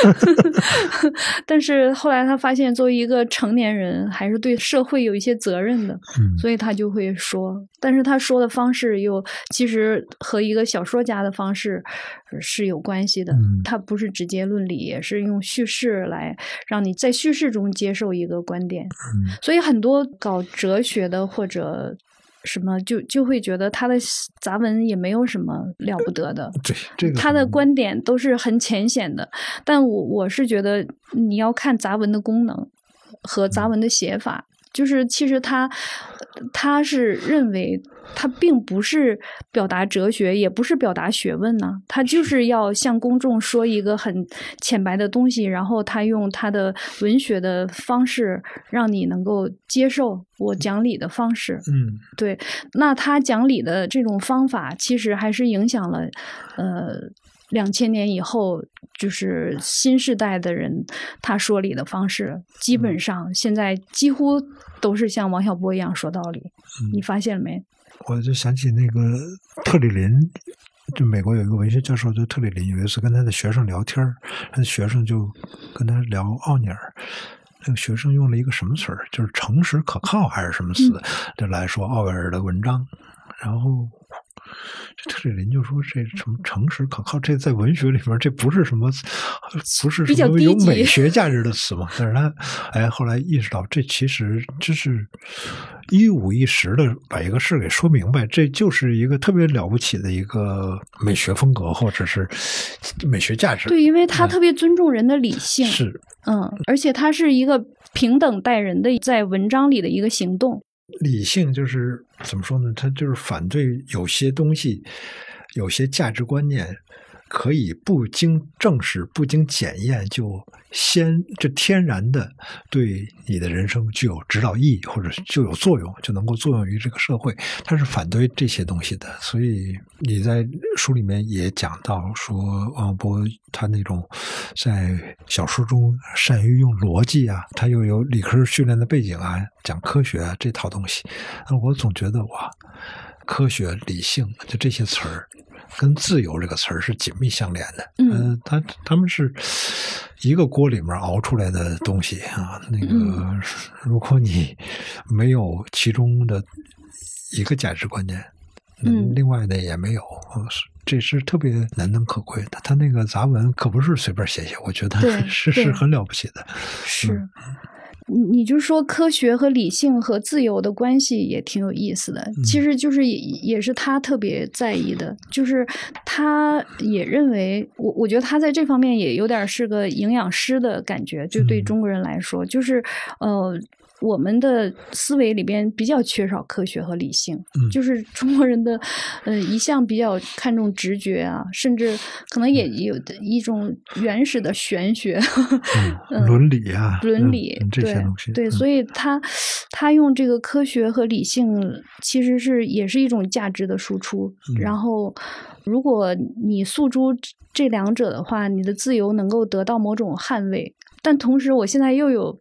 但是后来他发现作为一个成年人还是对社会有一些责任的，所以他就会说。但是他说的方式又其实和一个小说家的方式是有关系的，他不是直接论理，也是用叙事来让你在叙事中接受一个观点。所以很多搞哲学的或者什么就会觉得他的杂文也没有什么了不得的， 对，这个他的观点都是很浅显的。但我是觉得你要看杂文的功能和杂文的写法。就是其实他是认为他并不是表达哲学，也不是表达学问呢，他就是要向公众说一个很浅白的东西，然后他用他的文学的方式让你能够接受我讲理的方式。对，那他讲理的这种方法其实还是影响了2000年以后，就是新时代的人他说理的方式，基本上现在几乎都是像王小波一样说道理。你发现了没？ 我就想起那个特里林，就美国有一个文学教授，就特里林，有一次跟他的学生聊天，他的学生就跟他聊奥尼尔。那个学生用了一个什么词儿，就是诚实可靠还是什么词，就来说奥威尔的文章。然后这特里林就说：“这什么诚实可靠，这在文学里面这不是什么有美学价值的词嘛？”但是他后来意识到，这其实就是一五一十的把一个事给说明白，这就是一个特别了不起的一个美学风格或者是美学价值。 对，因为他特别尊重人的理性， 是而且他是一个平等待人的在文章里的一个行动。 理性就是怎么说呢？他就是反对有些东西，有些价值观念可以不经证实、不经检验就天然的对你的人生具有指导意义，或者就有作用，就能够作用于这个社会。他是反对这些东西的。所以你在书里面也讲到说，王勃他那种在小说中善于用逻辑啊，他又有理科训练的背景啊，讲科学啊这套东西。我总觉得哇，科学、理性就这些词儿跟自由这个词儿是紧密相连的。他们是一个锅里面熬出来的东西啊。那个如果你没有其中的一个价值观念，另外的也没有，这是特别难能可贵的。他那个杂文可不是随便写写，我觉得是很了不起的。 是。 你就说科学和理性和自由的关系也挺有意思的，其实就是也是他特别在意的，就是他也认为我觉得他在这方面也有点是个营养师的感觉，就对中国人来说，就是我们的思维里边比较缺少科学和理性，就是中国人的一向比较看重直觉啊，甚至可能也有一种原始的玄学， 伦理啊， 伦理这些东西， 对，所以他用这个科学和理性，其实也是一种价值的输出。然后，如果你诉诸这两者的话，你的自由能够得到某种捍卫。但同时，我现在又有。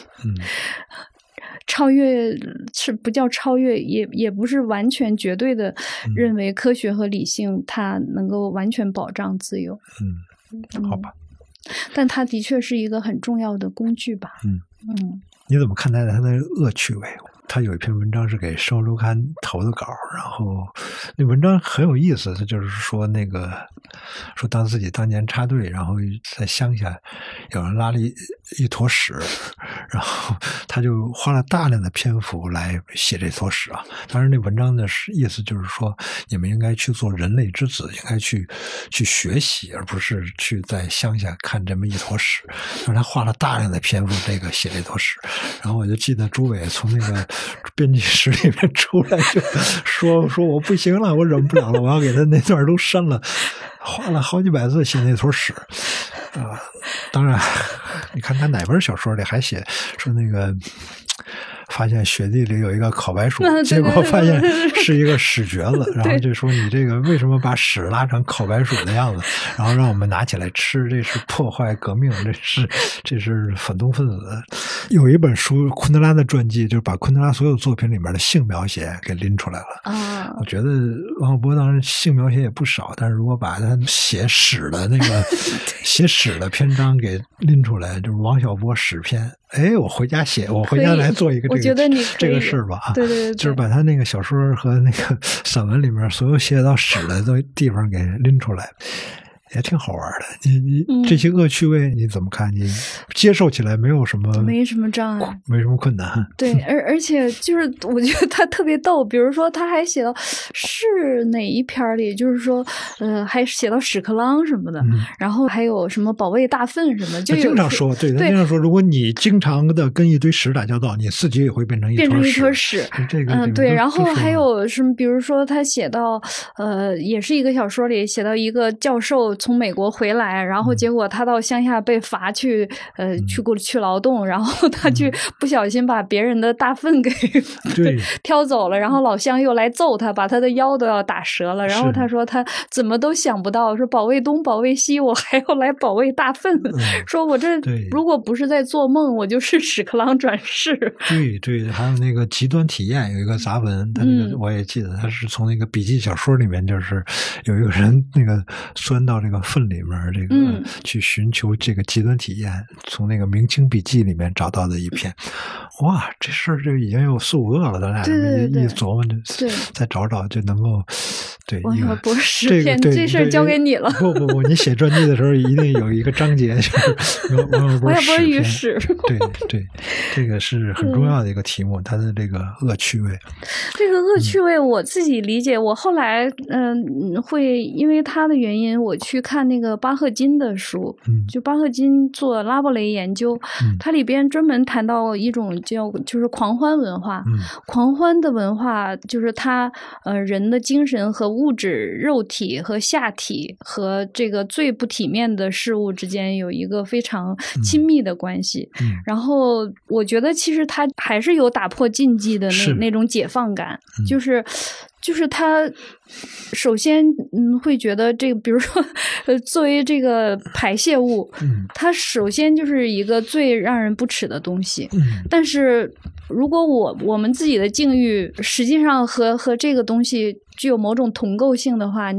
超越是不叫超越，也不是完全绝对的认为科学和理性它能够完全保障自由。 好吧。 但它的确是一个很重要的工具吧。 你怎么看待它的恶趣味？他有一篇文章是给《生活周刊》投的稿，然后那文章很有意思，他就是说说当自己当年插队，然后在乡下有人拉了一坨屎，然后他就花了大量的篇幅来写这坨屎啊。当然那文章的意思就是说，你们应该去做人类之子，应该去学习，而不是去在乡下看这么一坨屎。但是他花了大量的篇幅写这坨屎，然后我就记得朱伟从那个编辑室里面出来就说我不行了，我忍不了了，我要给他那段都删了，花了好几百字写那坨屎当然你看他哪本小说里还写说那个发现雪地里有一个烤白薯，结果发现是一个屎橛子，然后就说你这个为什么把屎拉成烤白薯的样子，然后让我们拿起来吃，这是破坏革命，这是反动分子。有一本书昆德拉的传记，就是把昆德拉所有作品里面的性描写给拎出来了。我觉得王小波当然性描写也不少，但是如果把他写屎的那个写屎的篇章给拎出来，就是王小波屎篇。我回家来做一个这个事吧啊！ 对， 就是把他那个小说和那个散文里面所有写到屎的地方给拎出来。也挺好玩的。你这些恶趣味你怎么看？你接受起来没什么障碍， 没什么困难。 对，而且就是我觉得他特别逗，比如说他还写到是哪一篇里，就是说还写到屎壳郎什么的，然后还有什么保卫大粪什么，就经常说，对，他经常说，如果你经常的跟一堆屎打交道，你自己也会变成一坨屎。这个对，然后还有什么？比如说他写到也是一个小说里写到一个教授从美国回来，然后结果他到乡下被罚去劳动，然后他去不小心把别人的大粪给挑走了，然后老乡又来揍他，把他的腰都要打折了。然后他说他怎么都想不到，说保卫东保卫西，我还要来保卫大粪，说我这如果不是在做梦，我就是屎壳郎转世。 对，还有那个极端体验有一个杂文，他那个我也记得，他是从那个笔记小说里面，就是有一个人那个钻到这个粪里面，这个去寻求这个极端体验，从那个明清笔记里面找到的一篇。哇，这事儿就已经有4-5个了，咱俩一琢磨，再找找就能够。对， 王小波诗篇，这事儿交给你了。 不，你写传记的时候一定有一个章节，就是王小波与屎。对，这个是很重要的一个题目，它的这个恶趣味。 这个恶趣味我自己理解，我后来会因为他的原因，我去看那个巴赫金的书，就巴赫金做拉伯雷研究，它里边专门谈到一种就是狂欢文化。狂欢的文化就是他人的精神和物质、肉体和下体和这个最不体面的事物之间有一个非常亲密的关系。然后我觉得其实他还是有打破禁忌的那种解放感，就是他首先会觉得这个，比如说作为这个排泄物，它首先就是一个最让人不齿的东西。但是如果我们自己的境遇实际上和这个东西具有某种同构性的话，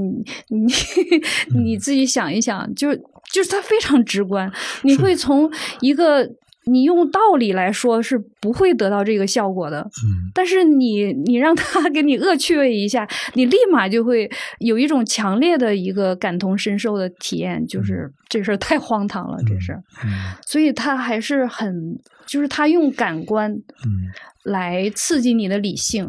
你自己想一想，就是它非常直观，你会从一个你用道理来说是不会得到这个效果的，但是你让他给你恶趣味一下，你立马就会有一种强烈的一个感同身受的体验，就是这事儿太荒唐了，这事儿。所以他还是就是他用感官来刺激你的理性。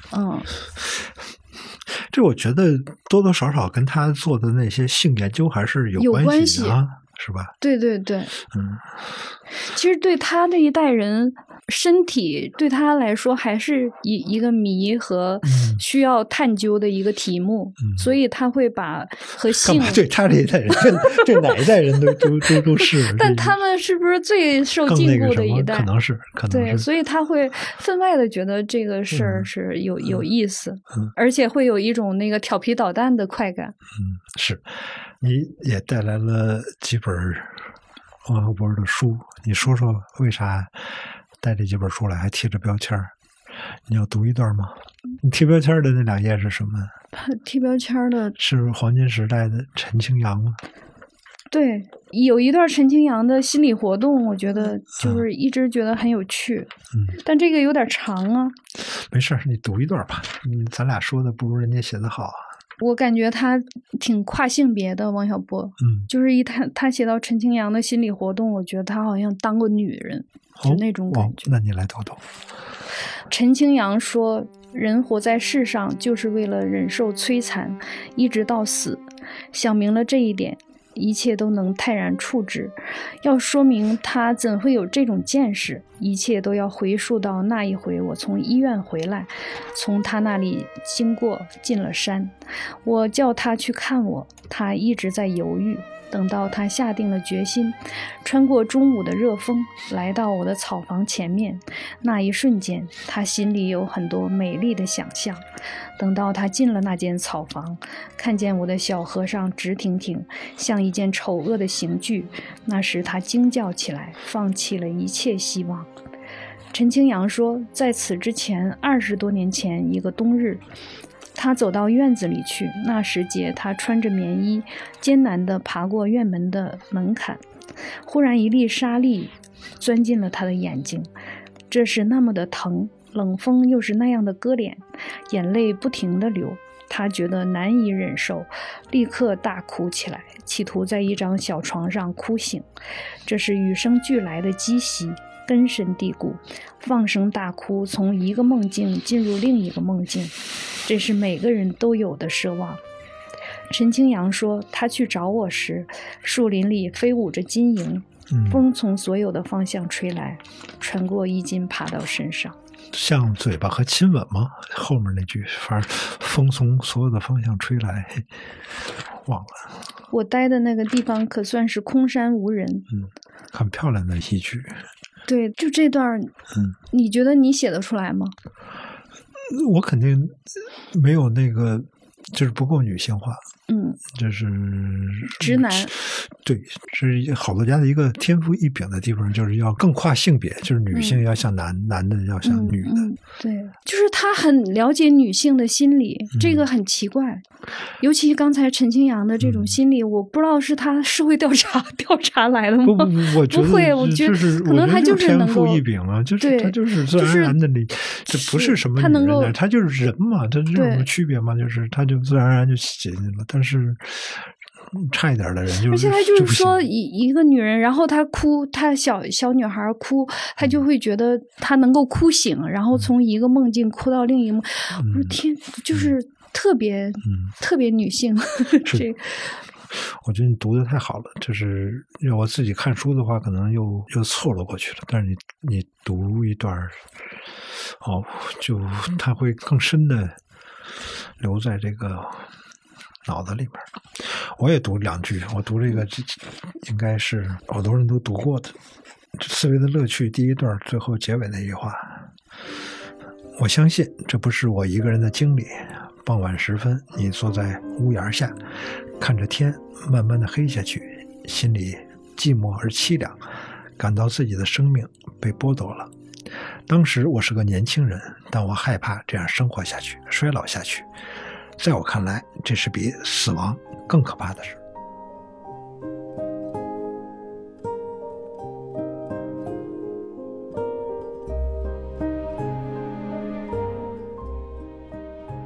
这我觉得多多少少跟他做的那些性研究还是有关系的啊，是吧？ 对对对，其实对他那一代人，身体对他来说还是一个谜和需要探究的一个题目，所以他会把和性对他这一代人，这哪一代人都是， 但他们是不是最受禁锢的一代？ 可能是， 对，所以他会分外的觉得这个事儿是有意思，而且会有一种那个调皮捣蛋的快感。 是，你也带来了几本王小波的书，你说说为啥带这几本书来，还贴着标签儿？你要读一段吗？你贴标签的那2页是什么？ 贴标签的是黄金时代的陈清扬吗？ 对，有一段陈清扬的心理活动，我觉得就是一直觉得很有趣。但这个有点长啊。 没事，你读一段吧。咱俩说的不如人家写的好啊。 我感觉他挺跨性别的，王小波。就是他写到陈清扬的心理活动，我觉得他好像当过女人，就那种感觉。 那你来读读。 陈清扬说，人活在世上就是为了忍受摧残，一直到死。想明了这一点，一切都能泰然处之。要说明他怎会有这种见识，一切都要回溯到那一回我从医院回来，从他那里经过，进了山。我叫他去看我，他一直在犹豫。等到他下定了决心，穿过中午的热风，来到我的草房前面，那一瞬间，他心里有很多美丽的想象。等到他进了那间草房，看见我的小和尚直挺挺，像一件丑恶的刑具，那时他惊叫起来，放弃了一切希望。陈清扬说，在此之前20多年前一个冬日，他走到院子里去，那时节他穿着棉衣，艰难地爬过院门的门槛，忽然一粒沙粒钻进了他的眼睛，这是那么的疼，冷风又是那样的割脸，眼泪不停地流，他觉得难以忍受，立刻大哭起来，企图在一张小床上哭醒。这是与生俱来的积习，根深蒂固，放声大哭，从一个梦境进入另一个梦境，这是每个人都有的奢望。陈清扬说，他去找我时，树林里飞舞着金蝇，风从所有的方向吹来，穿过衣襟爬到身上。 像嘴巴和亲吻吗？后面那句，反正风从所有的方向吹来，忘了。 我待的那个地方可算是空山无人。 很漂亮的一句。 对，就这段，你觉得你写得出来吗？ 我肯定没有那个，就是不够女性化。就是直男。 对，是好作家的一个天赋异禀的地方，就是要更跨性别，就是女性要像男的要像女的。 对，就是他很了解女性的心理，这个很奇怪。尤其刚才陈清扬的这种心理，我不知道是他社会调查来的吗？ 我觉得不会，我觉得可能他就是能够天赋异禀啊，就是他就是自然而然的这不是什么女人的，他就是人嘛，这有什么区别吗？就是他就自然而然就写进了，但是差一点的人就是， 而且他就是说一个女人，然后她哭，她小女孩哭，她就会觉得她能够哭醒，然后从一个梦境哭到另一个梦。我说天，就是特别女性。这我觉得你读的太好了，就是要我自己看书的话，可能又错了过去了。但是你读一段，就它会更深的留在这个脑子里面。我也读2句，我读这个应该是好多人都读过的。思维的乐趣第一段最后结尾那句话，我相信这不是我一个人的经历。傍晚时分，你坐在屋檐下，看着天慢慢的黑下去，心里寂寞而凄凉，感到自己的生命被剥夺了。当时我是个年轻人，但我害怕这样生活下去，衰老下去。在我看来，这是比死亡更可怕的事。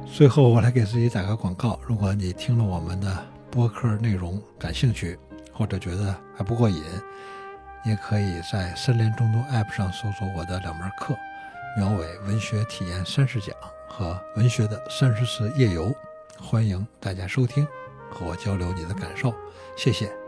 最后我来给自己打个广告，如果你听了我们的播客内容感兴趣，或者觉得还不过瘾，你也可以在森林中读 App 上搜索我的2门课，苗伟文学体验30讲和文学的30次夜游，欢迎大家收听，和我交流你的感受，谢谢。